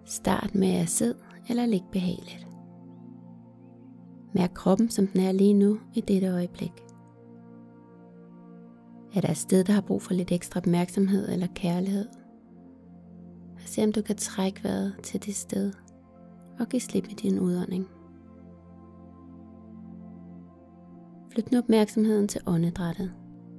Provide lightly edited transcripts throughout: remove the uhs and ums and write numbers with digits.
Start med at sidde eller ligge behageligt. Mærk kroppen, som den er lige nu i dette øjeblik. Er der et sted, der har brug for lidt ekstra opmærksomhed eller kærlighed? Og se om du kan trække vejret til det sted og give slip i din udånding. Flyt nu opmærksomheden til åndedrættet.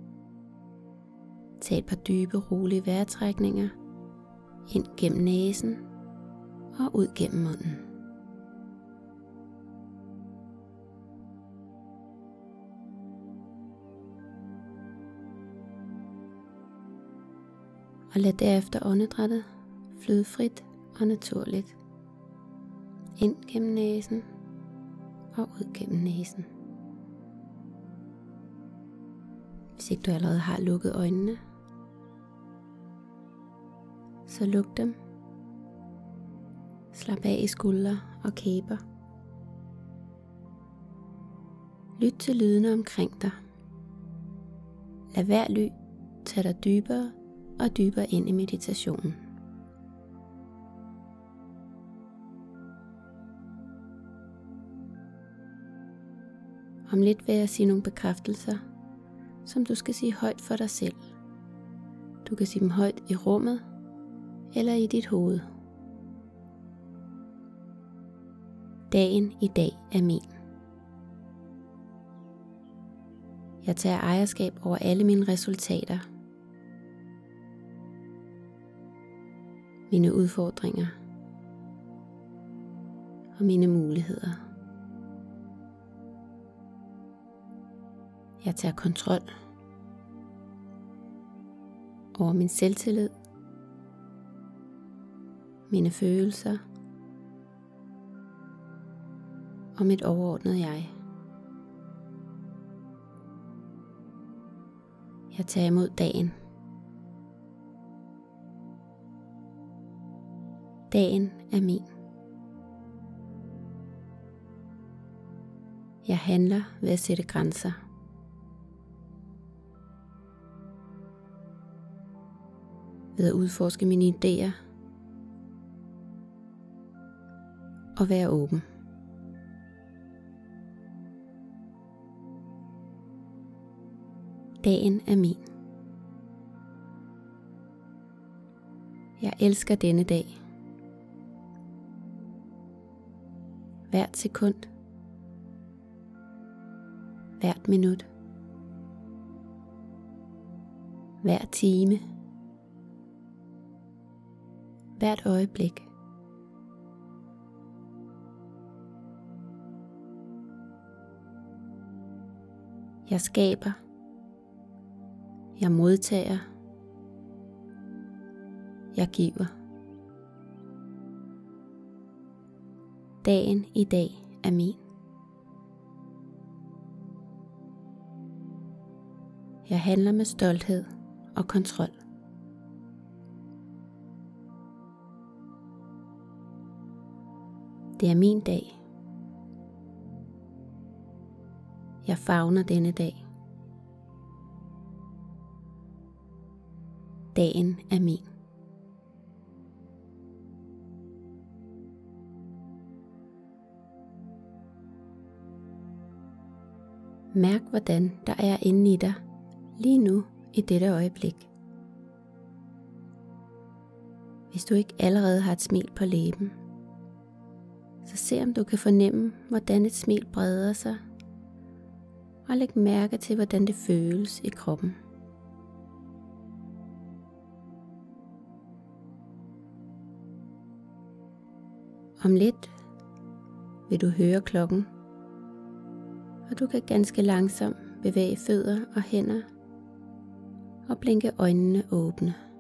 Tag et par dybe, rolige vejrtrækninger ind gennem næsen og ud gennem munden. Og lad derefter åndedrættet flyde frit og naturligt ind gennem næsen og ud gennem næsen. Hvis ikke du allerede har lukket øjnene, så luk dem. Slap af i skuldre og kæber. Lyt til lydene omkring dig. Lad hver lyd tage dig dybere og dybere ind i meditationen. Om lidt vil jeg sige nogle bekræftelser, som du skal sige højt for dig selv. Du kan sige dem højt i rummet eller i dit hoved. Dagen i dag er min. Jeg tager ejerskab over alle mine resultater. Mine udfordringer og mine muligheder. Jeg tager kontrol over min selvtillid, mine følelser og mit overordnede jeg. Jeg tager imod dagen. Dagen er min. Jeg handler ved at sætte grænser. Ved at udforske mine idéer og være åben. Dagen er min. Jeg elsker denne dag. Hvert sekund. Hvert minut. Hver time. Hvert øjeblik. Jeg skaber. Jeg modtager. Jeg giver. Dagen i dag er min. Jeg handler med stolthed og kontrol. Det er min dag. Jeg favner denne dag. Dagen er min. Mærk, hvordan der er inde i dig lige nu i dette øjeblik. Hvis du ikke allerede har et smil på læben, så se om du kan fornemme, hvordan et smil breder sig, og læg mærke til, hvordan det føles i kroppen. Om lidt vil du høre klokken, og du kan ganske langsomt bevæge fødder og hænder og blinke øjnene åbne.